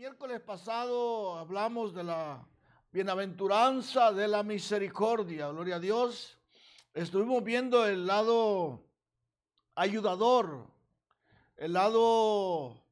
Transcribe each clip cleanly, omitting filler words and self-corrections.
miércoles pasado hablamos de la bienaventuranza de la misericordia, gloria a Dios. Estuvimos viendo el lado ayudador, el lado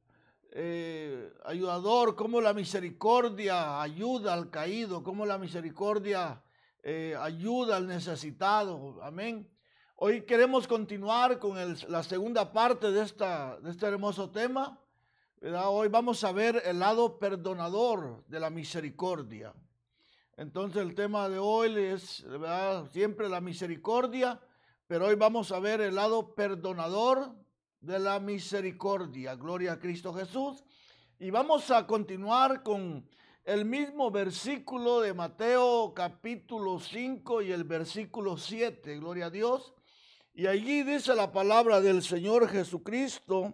ayudador, cómo la misericordia ayuda al caído, cómo la misericordia ayuda al necesitado, amén. Hoy queremos continuar con la segunda parte de este hermoso tema, ¿verdad? Hoy vamos a ver el lado perdonador de la misericordia. Entonces el tema de hoy es, ¿verdad?, siempre la misericordia, pero hoy vamos a ver el lado perdonador de la misericordia. Gloria a Cristo Jesús. Y vamos a continuar con el mismo versículo de Mateo capítulo 5 y el versículo 7. Gloria a Dios. Y allí dice la palabra del Señor Jesucristo.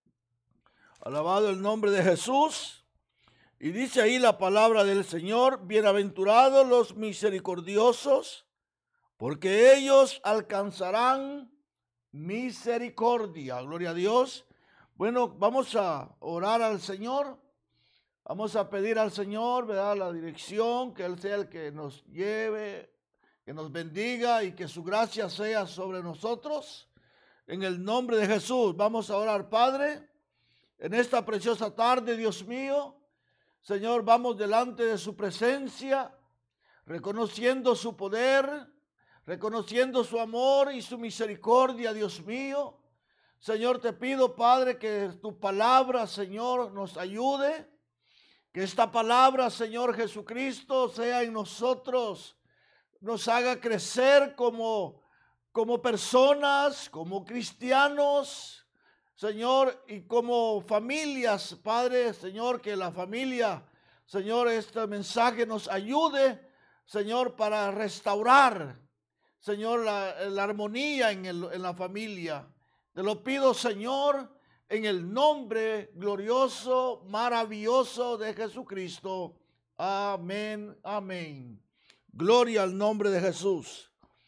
Alabado el nombre de Jesús. Y dice ahí la palabra del Señor: bienaventurados los misericordiosos, porque ellos alcanzarán misericordia. Gloria a Dios. Bueno, vamos a orar al Señor. Vamos a pedir al Señor, ¿verdad?, la dirección, que Él sea el que nos lleve, que nos bendiga y que su gracia sea sobre nosotros. En el nombre de Jesús vamos a orar. Padre, en esta preciosa tarde, Dios mío, Señor, vamos delante de su presencia, reconociendo su poder, reconociendo su amor y su misericordia, Dios mío. Señor, te pido, Padre, que tu palabra, Señor, nos ayude, que esta palabra, Señor Jesucristo, sea en nosotros, nos haga crecer como personas, como cristianos, Señor, y como familias, Padre, Señor, que la familia, Señor, este mensaje nos ayude, Señor, para restaurar, Señor, la armonía en la familia. Te lo pido, Señor, en el nombre glorioso, maravilloso de Jesucristo. Amén, amén. Gloria al nombre de Jesús.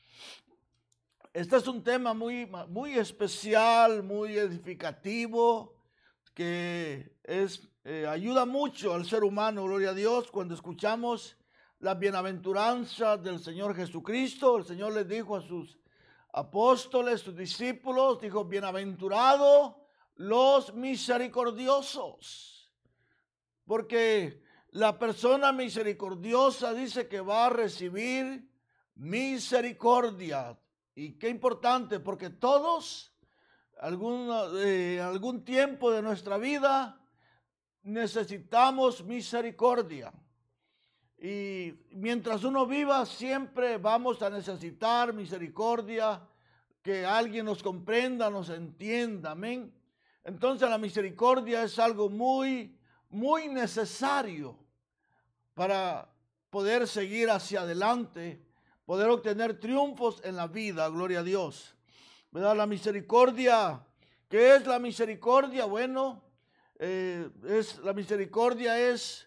Este es un tema muy especial, muy edificativo, que ayuda mucho al ser humano, gloria a Dios, cuando escuchamos la bienaventuranza del Señor Jesucristo. El Señor les dijo a sus apóstoles, sus discípulos, dijo: bienaventurados los misericordiosos, porque la persona misericordiosa dice que va a recibir misericordia. Y qué importante, porque todos, algún tiempo de nuestra vida, necesitamos misericordia. Y mientras uno viva, siempre vamos a necesitar misericordia, que alguien nos comprenda, nos entienda, amén. Entonces la misericordia es algo muy, muy necesario para poder seguir hacia adelante, poder obtener triunfos en la vida, gloria a Dios, ¿verdad? La misericordia, ¿qué es la misericordia? Bueno, la misericordia es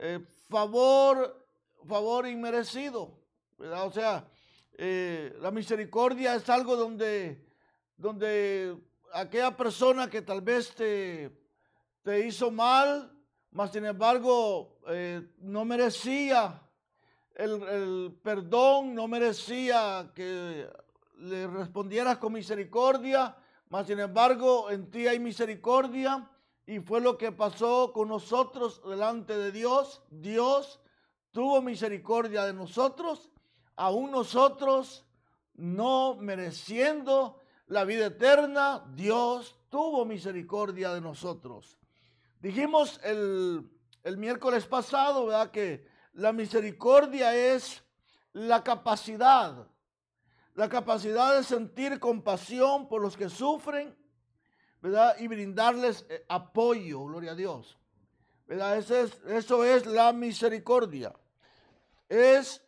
favor inmerecido, ¿verdad? O sea, la misericordia es algo donde aquella persona que tal vez te hizo mal, mas sin embargo no merecía el perdón, no merecía que le respondieras con misericordia, mas sin embargo en ti hay misericordia, y fue lo que pasó con nosotros delante de Dios. Dios tuvo misericordia de nosotros, aún nosotros no mereciendo la vida eterna, Dios tuvo misericordia de nosotros. Dijimos el miércoles pasado, ¿verdad?, que la misericordia es la capacidad de sentir compasión por los que sufren, ¿verdad?, y brindarles apoyo, gloria a Dios, ¿verdad? Eso es la misericordia. Es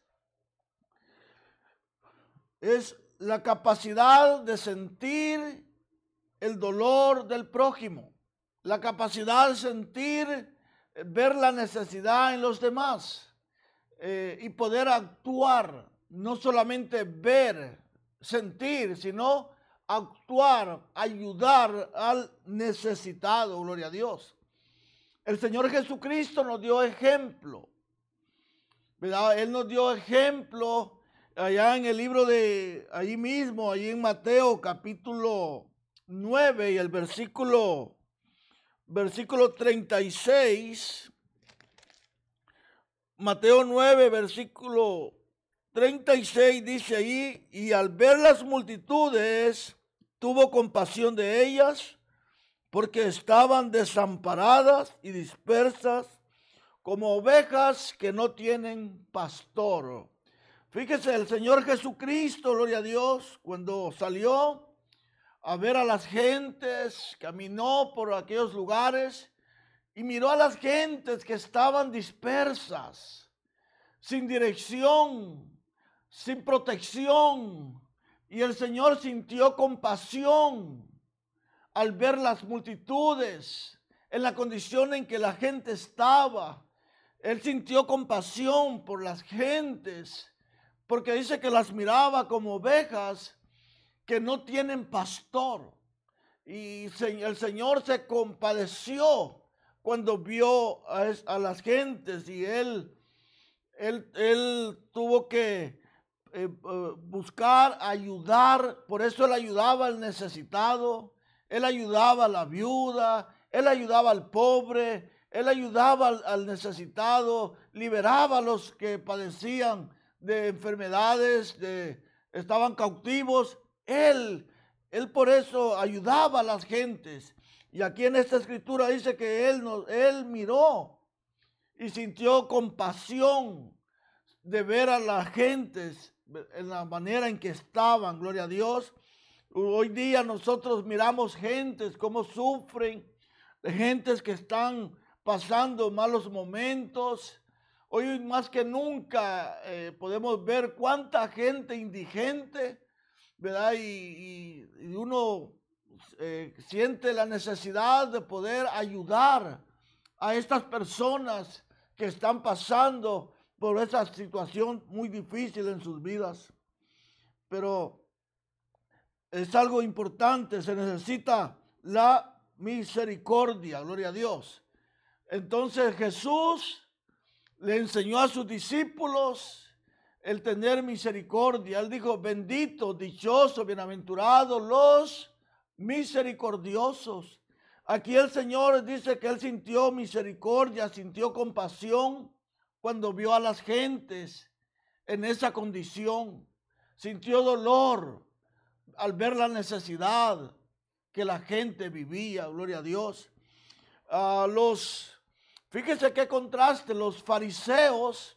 la capacidad de sentir el dolor del prójimo, la capacidad de sentir, ver la necesidad en los demás, y poder actuar, no solamente ver, sentir, sino actuar, ayudar al necesitado, gloria a Dios. El Señor Jesucristo nos dio ejemplo, ¿verdad? Él nos dio ejemplo allá en el libro ahí mismo, ahí en Mateo capítulo 9 y el versículo 36. Mateo 9, versículo 36 dice ahí: y al ver las multitudes, tuvo compasión de ellas, porque estaban desamparadas y dispersas como ovejas que no tienen pastor. Fíjese, el Señor Jesucristo, gloria a Dios, cuando salió a ver a las gentes, caminó por aquellos lugares y miró a las gentes que estaban dispersas, sin dirección, sin protección. Y el Señor sintió compasión al ver las multitudes en la condición en que la gente estaba. Él sintió compasión por las gentes, porque dice que las miraba como ovejas que no tienen pastor. Y el Señor se compadeció cuando vio a las gentes, y él tuvo que buscar ayudar. Por eso él ayudaba al necesitado, él ayudaba a la viuda, él ayudaba al pobre, él ayudaba al necesitado, liberaba a los que padecían de enfermedades, estaban cautivos. Él por eso ayudaba a las gentes. Y aquí en esta escritura dice que él miró y sintió compasión de ver a las gentes en la manera en que estaban, gloria a Dios. Hoy día nosotros miramos gentes cómo sufren, gentes que están pasando malos momentos. Hoy más que nunca podemos ver cuánta gente indigente, ¿verdad? Y uno siente la necesidad de poder ayudar a estas personas que están pasando por esa situación muy difícil en sus vidas. Pero es algo importante, se necesita la misericordia, gloria a Dios. Entonces Jesús le enseñó a sus discípulos el tener misericordia. Él dijo: bendito, dichoso, bienaventurados los misericordiosos. Aquí el Señor dice que Él sintió misericordia, sintió compasión cuando vio a las gentes en esa condición. Sintió dolor al ver la necesidad que la gente vivía, gloria a Dios. Fíjese qué contraste, los fariseos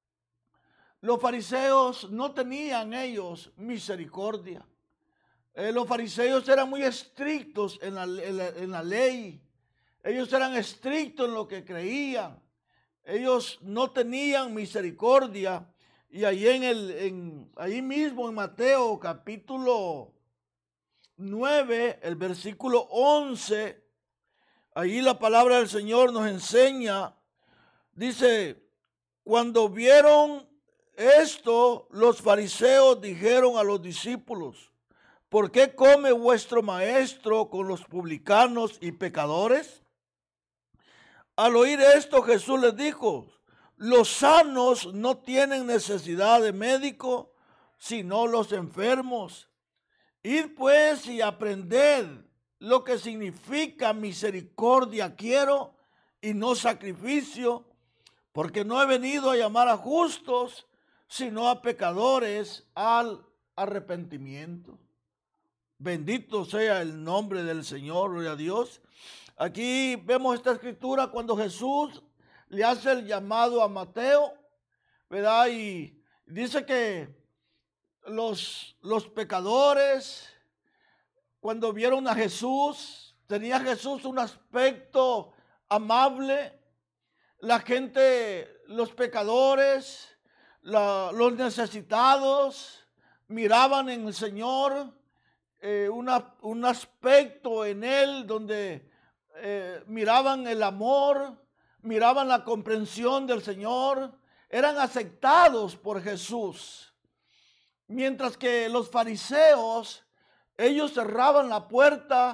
no tenían ellos misericordia. Los fariseos eran muy estrictos en la ley. Ellos eran estrictos en lo que creían. Ellos no tenían misericordia. Y ahí mismo en Mateo capítulo 9, el versículo 11, ahí la palabra del Señor nos enseña, dice: cuando vieron esto, los fariseos dijeron a los discípulos: ¿por qué come vuestro maestro con los publicanos y pecadores? Al oír esto, Jesús les dijo: los sanos no tienen necesidad de médico, sino los enfermos. Id pues y aprended lo que significa misericordia quiero y no sacrificio, porque no he venido a llamar a justos, sino a pecadores al arrepentimiento. Bendito sea el nombre del Señor, gloria a Dios. Aquí vemos esta escritura cuando Jesús le hace el llamado a Mateo, ¿verdad? Y dice que los pecadores, cuando vieron a Jesús, tenía Jesús un aspecto amable. La gente, los pecadores, los necesitados, miraban en el Señor un aspecto en Él donde miraban el amor, miraban la comprensión del Señor, eran aceptados por Jesús. Mientras que los fariseos, ellos cerraban la puerta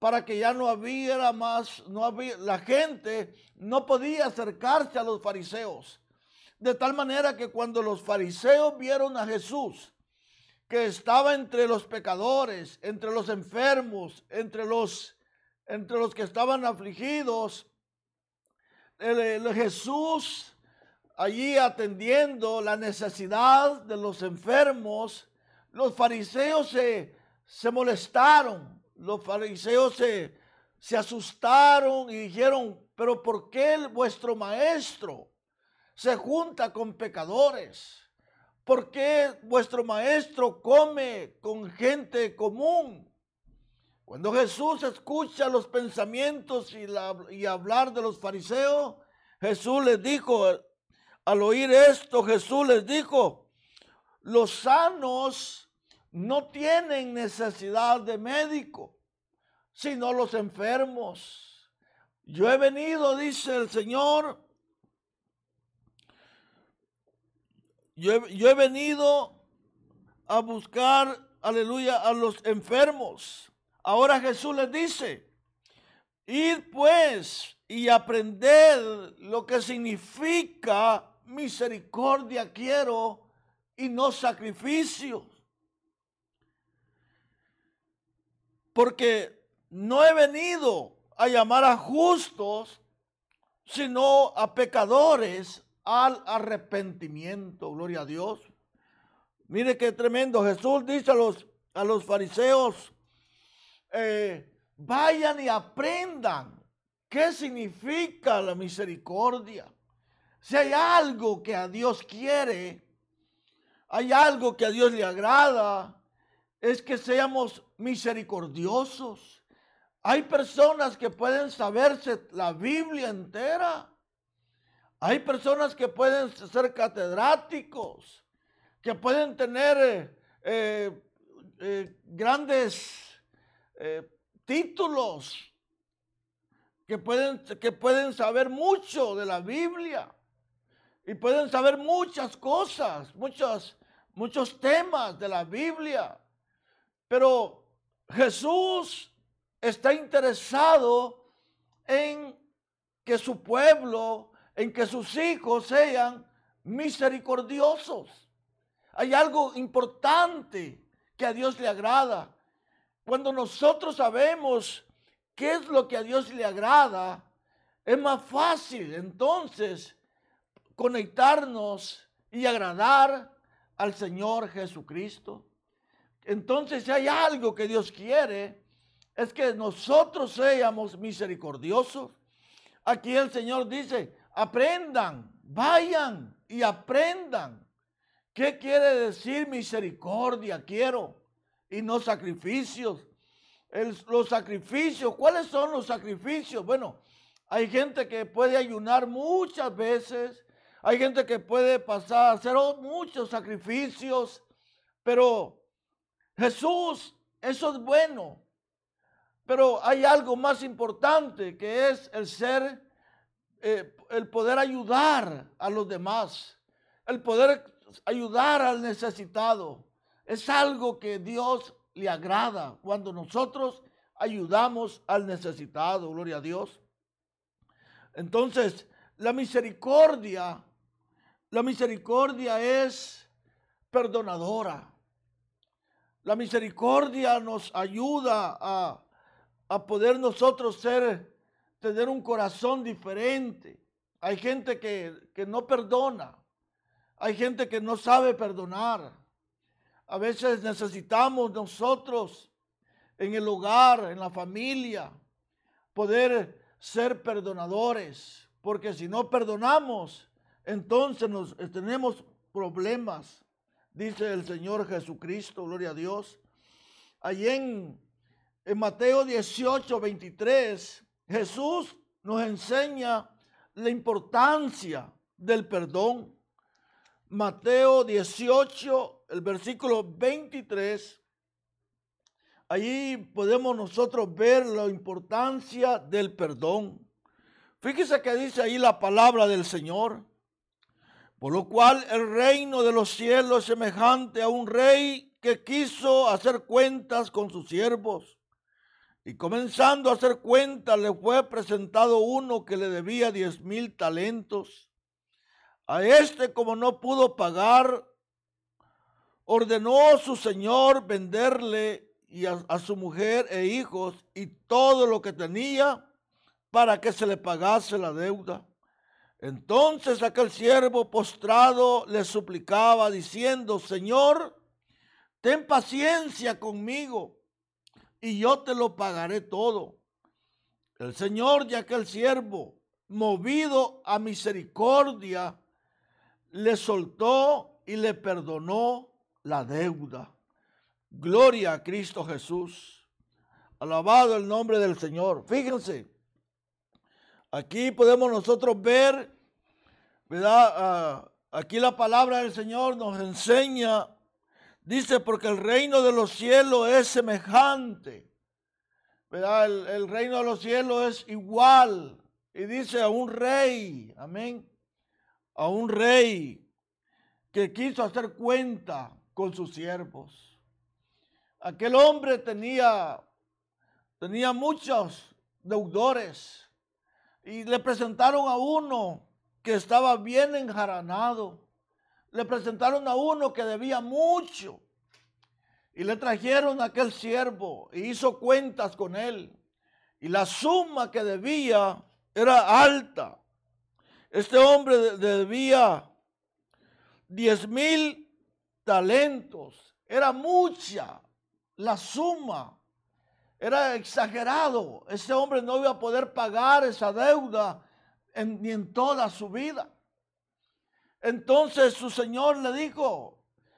para que ya la gente no podía acercarse a los fariseos. De tal manera que cuando los fariseos vieron a Jesús, que estaba entre los pecadores, entre los enfermos, entre los que estaban afligidos, Jesús allí atendiendo la necesidad de los enfermos, los fariseos se molestaron, los fariseos se asustaron y dijeron, pero ¿por qué vuestro maestro se junta con pecadores? ¿Por qué vuestro maestro come con gente común? Cuando Jesús escucha los pensamientos y hablar de los fariseos, Jesús les dijo, al oír esto, Jesús les dijo, los sanos no tienen necesidad de médico, sino los enfermos. Yo he venido, dice el Señor, yo he venido a buscar, aleluya, a los enfermos. Ahora Jesús les dice, id pues y aprended lo que significa misericordia quiero y no sacrificio. Porque no he venido a llamar a justos, sino a pecadores al arrepentimiento. Gloria a Dios. Mire qué tremendo. Jesús dice a los fariseos, vayan y aprendan qué significa la misericordia. Si hay algo que a Dios quiere, hay algo que a Dios le agrada, es que seamos misericordiosos. Hay personas que pueden saberse la Biblia entera. Hay personas que pueden ser catedráticos, que pueden tener grandes títulos, que pueden saber mucho de la Biblia y pueden saber muchas cosas, muchos temas de la Biblia. Pero Jesús está interesado en que su pueblo, en que sus hijos sean misericordiosos. Hay algo importante que a Dios le agrada. Cuando nosotros sabemos qué es lo que a Dios le agrada, es más fácil entonces conectarnos y agradar al Señor Jesucristo. Entonces, si hay algo que Dios quiere, es que nosotros seamos misericordiosos. Aquí el Señor dice, aprendan, vayan y aprendan. ¿Qué quiere decir misericordia? Quiero, y no sacrificios. Los sacrificios, ¿cuáles son los sacrificios? Bueno, hay gente que puede ayunar muchas veces, hay gente que puede pasar a hacer muchos sacrificios, pero Jesús, eso es bueno, pero hay algo más importante que es el poder ayudar a los demás, el poder ayudar al necesitado. Es algo que Dios le agrada cuando nosotros ayudamos al necesitado, gloria a Dios. Entonces, la misericordia es perdonadora. La misericordia nos ayuda a poder nosotros tener un corazón diferente. Hay gente que no perdona. Hay gente que no sabe perdonar. A veces necesitamos nosotros en el hogar, en la familia, poder ser perdonadores. Porque si no perdonamos, entonces tenemos problemas. Dice el Señor Jesucristo, gloria a Dios. Allí en Mateo 18, 23, Jesús nos enseña la importancia del perdón. Mateo 18, el versículo 23. Allí podemos nosotros ver la importancia del perdón. Fíjese que dice ahí la palabra del Señor. Por lo cual el reino de los cielos es semejante a un rey que quiso hacer cuentas con sus siervos. Y comenzando a hacer cuenta, le fue presentado uno que le debía 10,000 talentos. A este, como no pudo pagar, ordenó su señor venderle y a su mujer e hijos y todo lo que tenía para que se le pagase la deuda. Entonces aquel siervo postrado le suplicaba diciendo: Señor, ten paciencia conmigo y yo te lo pagaré todo. El señor de aquel siervo, movido a misericordia, le soltó y le perdonó la deuda. Gloria a Cristo Jesús. Alabado el nombre del Señor. Fíjense, aquí podemos nosotros ver, ¿verdad? Aquí la palabra del Señor nos enseña, dice, porque el reino de los cielos es semejante, ¿verdad? El reino de los cielos es igual. Y dice a un rey, amén, a un rey que quiso hacer cuenta con sus siervos. Aquel hombre tenía muchos deudores y le presentaron a uno que estaba bien enjaranado. Le presentaron a uno que debía mucho y le trajeron a aquel siervo y hizo cuentas con él. Y la suma que debía era alta. Este hombre debía 10,000 talentos. Era mucha la suma. Era exagerado. Ese hombre no iba a poder pagar esa deuda ni en toda su vida. Entonces su señor le dijo,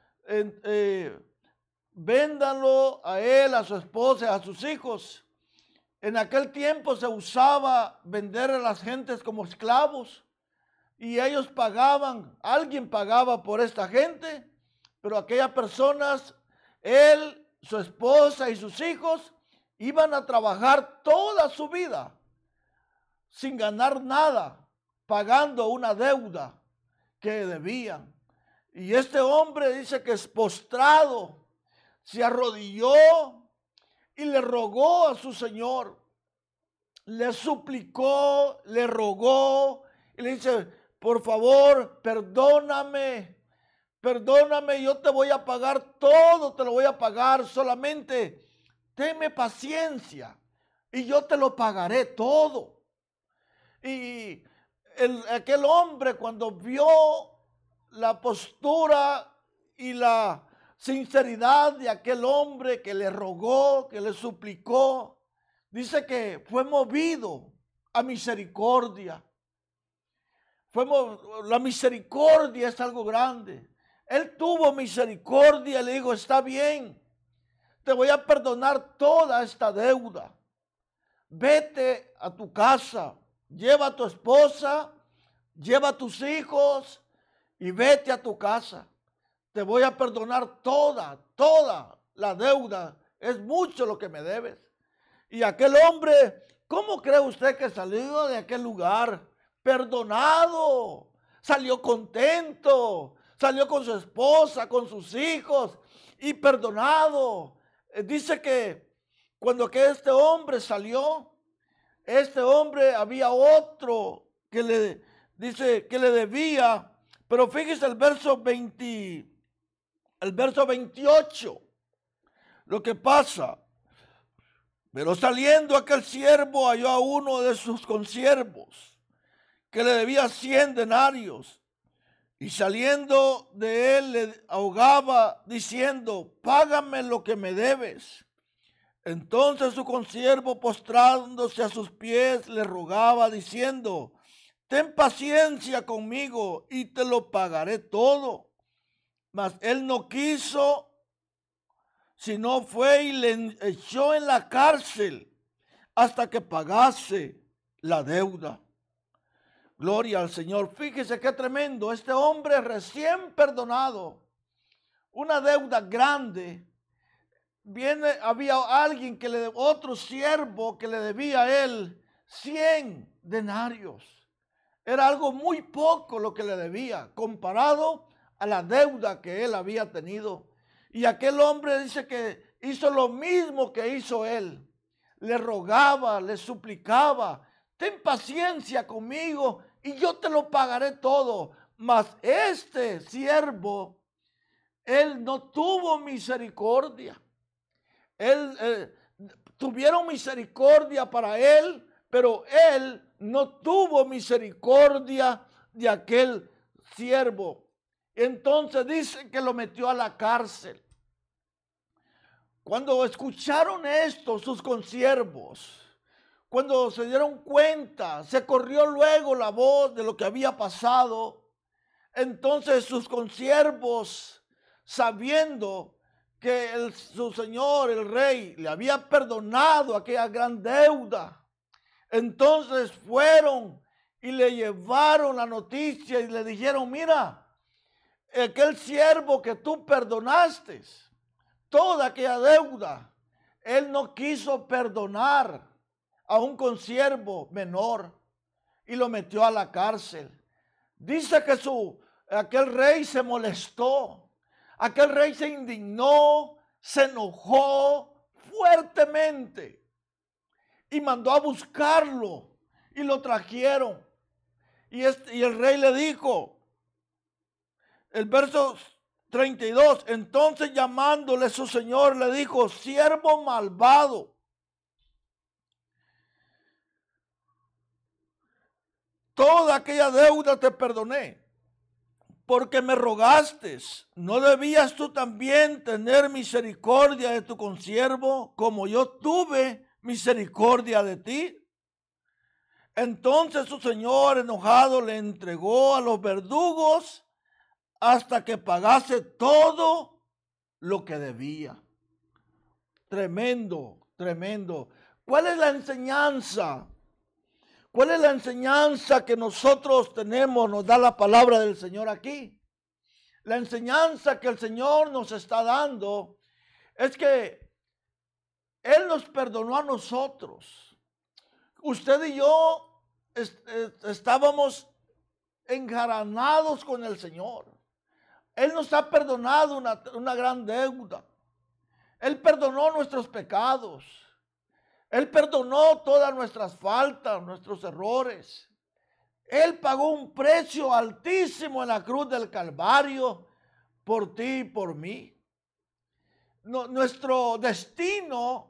véndanlo a él, a su esposa, a sus hijos. En aquel tiempo se usaba vender a las gentes como esclavos y ellos pagaban, alguien pagaba por esta gente, pero aquellas personas, él, su esposa y sus hijos iban a trabajar toda su vida sin ganar nada, pagando una deuda que debían. Y este hombre dice que es postrado, se arrodilló y le rogó a su señor, le suplicó, le rogó y le dice: por favor, perdóname, yo te voy a pagar todo, te lo voy a pagar, solamente tenme paciencia y yo te lo pagaré todo. Y aquel hombre, cuando vio la postura y la sinceridad de aquel hombre que le rogó, que le suplicó, dice que fue movido a misericordia. La misericordia es algo grande. Él tuvo misericordia y le dijo: está bien, te voy a perdonar toda esta deuda. Vete a tu casa, lleva a tu esposa, lleva a tus hijos y vete a tu casa. Te voy a perdonar toda la deuda. Es mucho lo que me debes. Y aquel hombre, ¿cómo cree usted que salió de aquel lugar? Perdonado, salió contento, salió con su esposa, con sus hijos y perdonado. Dice que cuando que este hombre salió, este hombre había otro que le dice que le debía, pero fíjese el verso 28, lo que pasa. Pero saliendo aquel siervo halló a uno de sus consiervos que le debía 100 denarios y saliendo de él le ahogaba diciendo: págame lo que me debes. Entonces su consiervo, postrándose a sus pies, le rogaba diciendo: ten paciencia conmigo y te lo pagaré todo. Mas él no quiso, sino fue y le echó en la cárcel hasta que pagase la deuda. Gloria al Señor. Fíjese qué tremendo. Este hombre recién perdonado, una deuda grande. Había alguien otro siervo que le debía a él 100 denarios. Era algo muy poco lo que le debía comparado a la deuda que él había tenido. Y aquel hombre dice que hizo lo mismo que hizo él. le rogaba, le suplicaba, ten paciencia conmigo y yo te lo pagaré todo. Mas este siervo, él no tuvo misericordia. Tuvieron misericordia para él, pero él no tuvo misericordia de aquel siervo. Entonces dice que lo metió a la cárcel. Cuando escucharon esto sus consiervos, cuando se dieron cuenta, se corrió luego la voz de lo que había pasado. Entonces sus consiervos, sabiendo que su señor, el rey, le había perdonado aquella gran deuda, entonces fueron y le llevaron la noticia y le dijeron, mira, aquel siervo que tú perdonaste, toda aquella deuda, él no quiso perdonar a un consiervo menor y lo metió a la cárcel. Dice que aquel rey se molestó, aquel rey se indignó, se enojó fuertemente y mandó a buscarlo y lo trajeron. Y el rey le dijo, el verso 32, entonces llamándole su señor le dijo, siervo malvado, toda aquella deuda te perdoné, porque me rogaste. ¿No debías tú también tener misericordia de tu consiervo, como yo tuve misericordia de ti? Entonces su señor enojado le entregó a los verdugos hasta que pagase todo lo que debía. Tremendo, tremendo. ¿Cuál es la enseñanza? ¿Cuál es la enseñanza que nosotros tenemos? Nos da la palabra del Señor aquí. La enseñanza que el Señor nos está dando es que Él nos perdonó a nosotros. Usted y yo estábamos enjaranados con el Señor. Él nos ha perdonado una gran deuda. Él perdonó nuestros pecados. Él perdonó todas nuestras faltas, nuestros errores. Él pagó un precio altísimo en la cruz del Calvario por ti y por mí. Nuestro destino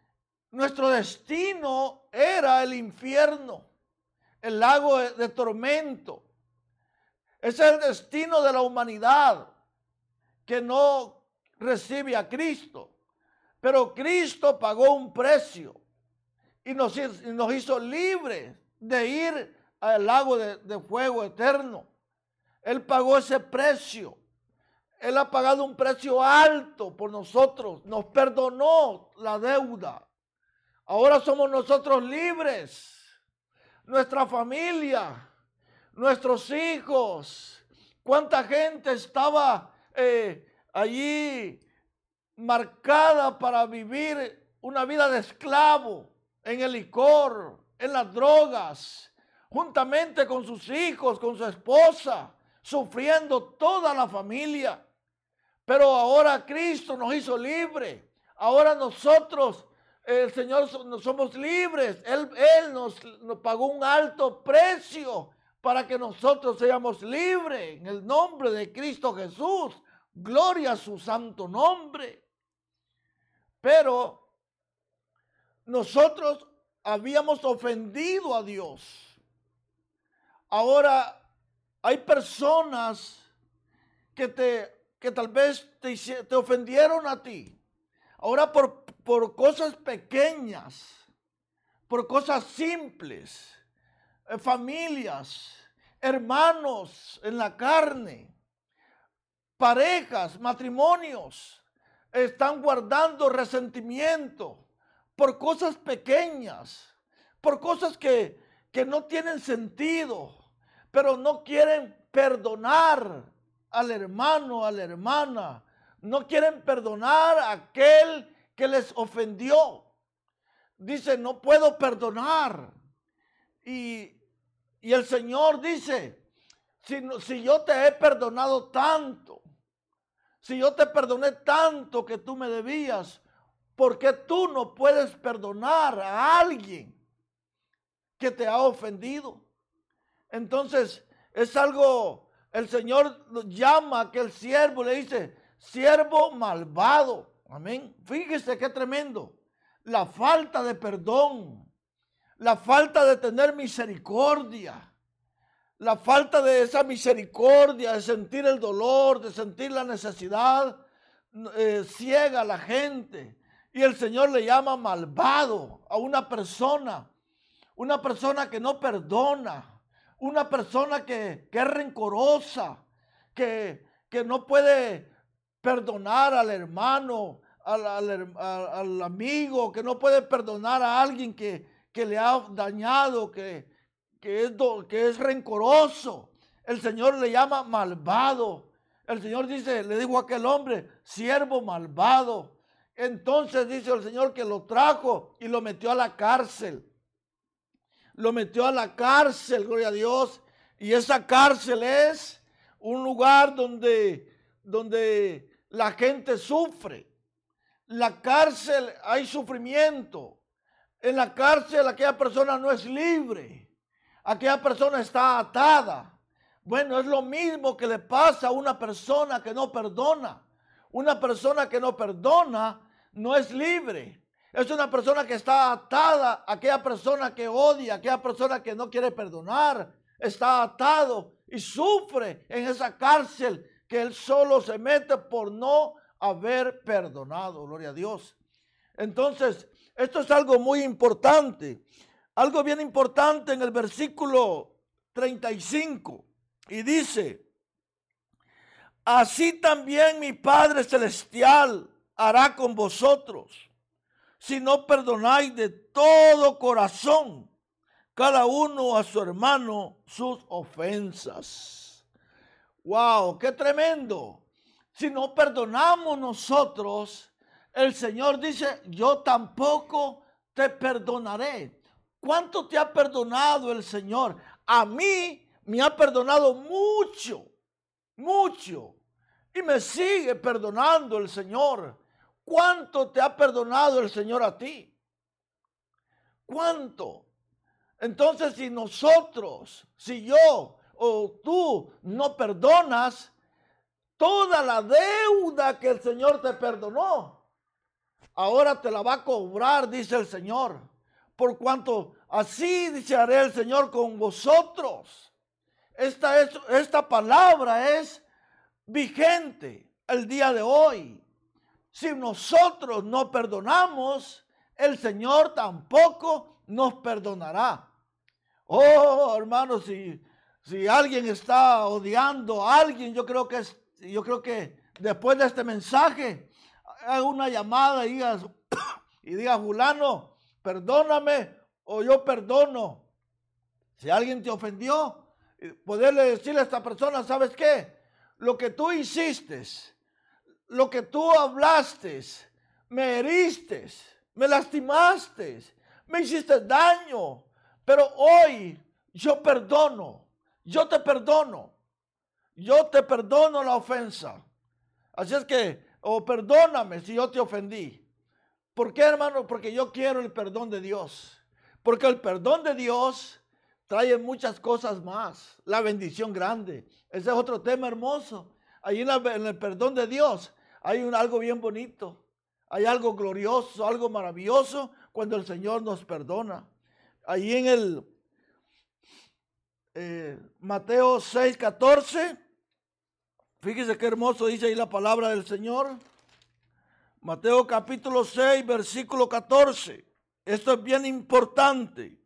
era el infierno, el lago de tormento. Ese es el destino de la humanidad que no recibe a Cristo. Pero Cristo pagó un precio y nos hizo libres de ir al lago de fuego eterno. Él pagó ese precio. Él ha pagado un precio alto por nosotros. Nos perdonó la deuda. Ahora somos nosotros libres. Nuestra familia, nuestros hijos. ¿Cuánta gente estaba allí marcada para vivir una vida de esclavo en el licor, en las drogas, juntamente con sus hijos, con su esposa, sufriendo toda la familia? Pero ahora Cristo nos hizo libres. Ahora nosotros, el Señor, somos libres. Él nos pagó un alto precio para que nosotros seamos libres. En el nombre de Cristo Jesús. Gloria a su santo nombre. Pero nosotros habíamos ofendido a Dios. Ahora hay personas que tal vez te ofendieron a ti. Ahora por cosas pequeñas, por cosas simples, familias, hermanos en la carne, parejas, matrimonios, están guardando resentimiento por cosas pequeñas, por cosas que no tienen sentido, pero no quieren perdonar al hermano, a la hermana. No quieren perdonar a aquel que les ofendió. Dice, no puedo perdonar. Y el Señor dice, si yo te he perdonado tanto, si yo te perdoné tanto que tú me debías, ¿Por qué tú no puedes perdonar a alguien que te ha ofendido? Entonces, es algo, el Señor llama a aquel siervo, le dice, siervo malvado. Amén. Fíjese qué tremendo. La falta de perdón, la falta de tener misericordia, la falta de esa misericordia, de sentir el dolor, de sentir la necesidad, ciega a la gente. Y el Señor le llama malvado a una persona que no perdona, una persona que es rencorosa, que no puede perdonar al hermano, al amigo, que no puede perdonar a alguien que le ha dañado, que es rencoroso. El Señor le llama malvado. El Señor le dijo a aquel hombre, siervo malvado. Entonces dice el Señor que lo trajo y lo metió a la cárcel. Lo metió a la cárcel, gloria a Dios. Y esa cárcel es un lugar donde la gente sufre. La cárcel hay sufrimiento. En la cárcel aquella persona no es libre. Aquella persona está atada. Bueno, es lo mismo que le pasa a una persona que no perdona. Una persona que no perdona no es libre. Es una persona que está atada, aquella persona que odia, aquella persona que no quiere perdonar, está atado y sufre en esa cárcel que él solo se mete por no haber perdonado, gloria a Dios. Entonces, esto es algo muy importante, algo bien importante en el versículo 35, y dice, así también mi Padre Celestial hará con vosotros, si no perdonáis de todo corazón, cada uno a su hermano, sus ofensas. ¡Wow! ¡Qué tremendo! Si no perdonamos nosotros, el Señor dice, yo tampoco te perdonaré. ¿Cuánto te ha perdonado el Señor? A mí me ha perdonado mucho, mucho. Y me sigue perdonando el Señor. ¿Cuánto te ha perdonado el Señor a ti? ¿Cuánto? Entonces, si yo o tú no perdonas, toda la deuda que el Señor te perdonó, ahora te la va a cobrar, dice el Señor. Por cuanto así dice haré el Señor con vosotros. Esta palabra es vigente el día de hoy. Si nosotros no perdonamos, el Señor tampoco nos perdonará. Oh, hermanos, si alguien está odiando a alguien, yo creo que después de este mensaje, haga una llamada y diga, fulano, perdóname o yo perdono. Si alguien te ofendió, poderle decirle a esta persona, ¿sabes qué? Lo que tú hiciste, lo que tú hablaste, me heriste, me lastimaste, me hiciste daño, pero hoy yo perdono, yo te perdono la ofensa. Así es que, perdóname si yo te ofendí. ¿Por qué, hermano? Porque yo quiero el perdón de Dios. Porque el perdón de Dios trae muchas cosas más. La bendición grande. Ese es otro tema hermoso. Ahí en el perdón de Dios hay algo bien bonito. Hay algo glorioso, algo maravilloso cuando el Señor nos perdona. Ahí en el Mateo 6:14. Fíjese qué hermoso dice ahí la palabra del Señor. Mateo capítulo 6, versículo 14. Esto es bien importante.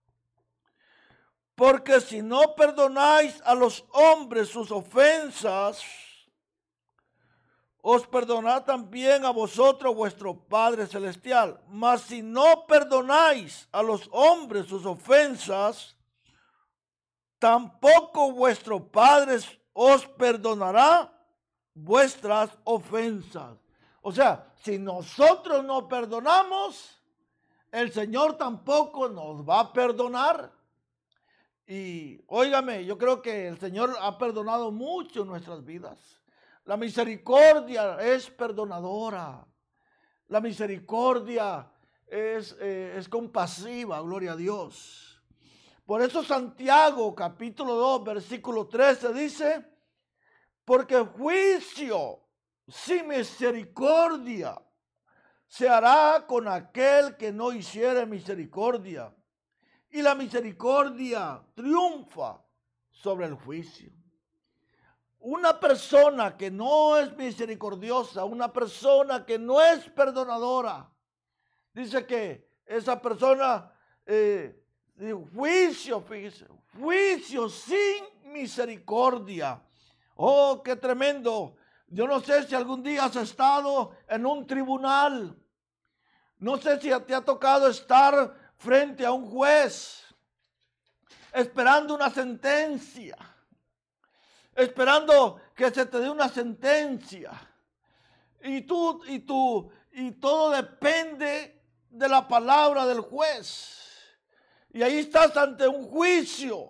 Porque si no perdonáis a los hombres sus ofensas, os perdonará también a vosotros vuestro Padre Celestial. Mas si no perdonáis a los hombres sus ofensas, tampoco vuestro Padre os perdonará vuestras ofensas. O sea, si nosotros no perdonamos, el Señor tampoco nos va a perdonar. Y óigame, yo creo que el Señor ha perdonado mucho nuestras vidas. La misericordia es perdonadora. La misericordia es compasiva, gloria a Dios. Por eso Santiago capítulo 2 versículo 13 dice, porque juicio sin misericordia se hará con aquel que no hiciere misericordia. Y la misericordia triunfa sobre el juicio. Una persona que no es misericordiosa, una persona que no es perdonadora, dice que esa persona, juicio, fíjese, juicio sin misericordia. Oh, qué tremendo. Yo no sé si algún día has estado en un tribunal. No sé si te ha tocado estar frente a un juez, esperando una sentencia, esperando que se te dé una sentencia. Y todo depende de la palabra del juez. Y ahí estás ante un juicio.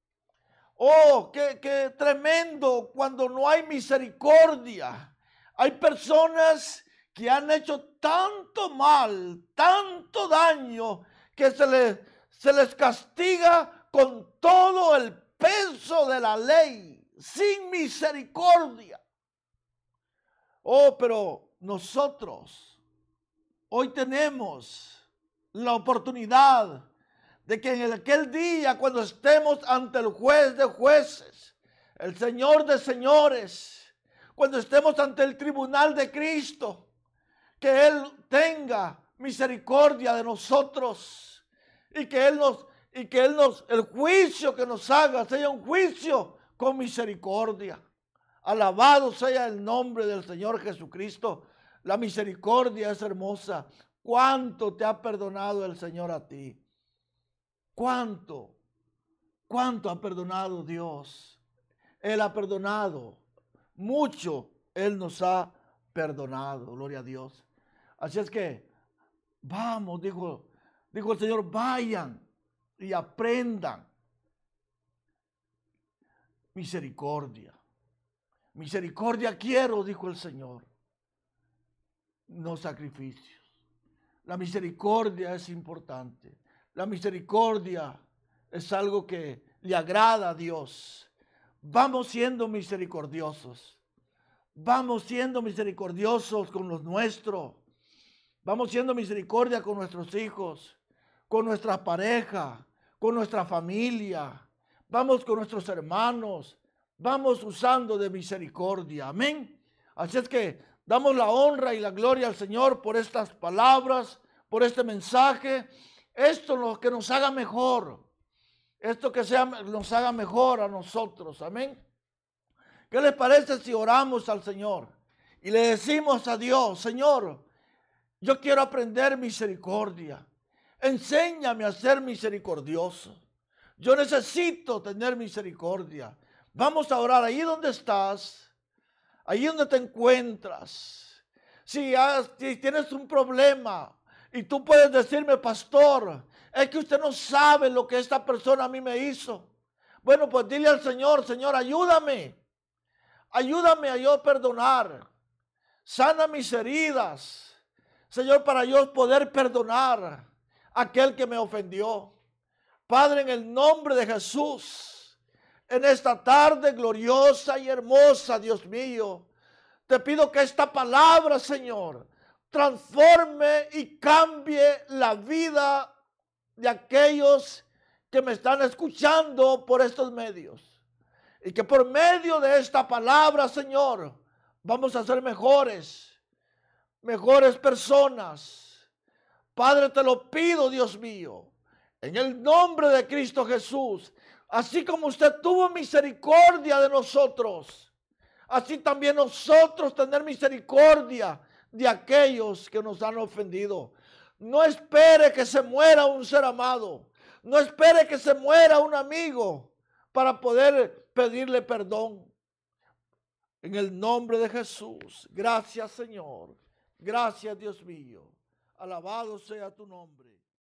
Oh, qué tremendo cuando no hay misericordia. Hay personas que han hecho tanto mal, tanto daño, que se les castiga con todo el peso de la ley, sin misericordia. Oh, pero nosotros hoy tenemos la oportunidad de que en aquel día, cuando estemos ante el juez de jueces, el Señor de señores, cuando estemos ante el tribunal de Cristo, que Él tenga misericordia de nosotros y que el juicio que nos haga sea un juicio con misericordia. Alabado sea el nombre del Señor Jesucristo. La misericordia es hermosa. ¿Cuánto te ha perdonado el Señor a ti? ¿Cuánto ha perdonado Dios? Él ha perdonado. Mucho Él nos ha perdonado. Gloria a Dios. Así es que, vamos, dijo el Señor, vayan y aprendan misericordia. Misericordia quiero, dijo el Señor, no sacrificios. La misericordia es importante. La misericordia es algo que le agrada a Dios. Vamos siendo misericordiosos. Vamos siendo misericordiosos con los nuestros. Vamos siendo misericordia con nuestros hijos, con nuestra pareja, con nuestra familia. Vamos con nuestros hermanos. Vamos usando de misericordia. Amén. Así es que damos la honra y la gloria al Señor por estas palabras, por este mensaje. Esto es lo que nos haga mejor. Esto que nos haga mejor a nosotros. Amén. ¿Qué les parece si oramos al Señor y le decimos a Dios, Señor, yo quiero aprender misericordia. Enséñame a ser misericordioso. Yo necesito tener misericordia. Vamos a orar ahí donde estás, ahí donde te encuentras. Si tienes un problema y tú puedes decirme, pastor, es que usted no sabe lo que esta persona a mí me hizo. Bueno, pues dile al Señor, Señor, ayúdame. Ayúdame a yo perdonar. Sana mis heridas. Señor, para yo poder perdonar a aquel que me ofendió. Padre, en el nombre de Jesús, en esta tarde gloriosa y hermosa, Dios mío, te pido que esta palabra, Señor, transforme y cambie la vida de aquellos que me están escuchando por estos medios. Y que por medio de esta palabra, Señor, vamos a ser mejores personas. Padre, te lo pido, Dios mío, en el nombre de Cristo Jesús. Así como usted tuvo misericordia de nosotros, así también nosotros tener misericordia de aquellos que nos han ofendido. No espere que se muera un ser amado. No espere que se muera un amigo para poder pedirle perdón. En el nombre de Jesús. Gracias, Señor. Gracias, Dios mío. Alabado sea tu nombre.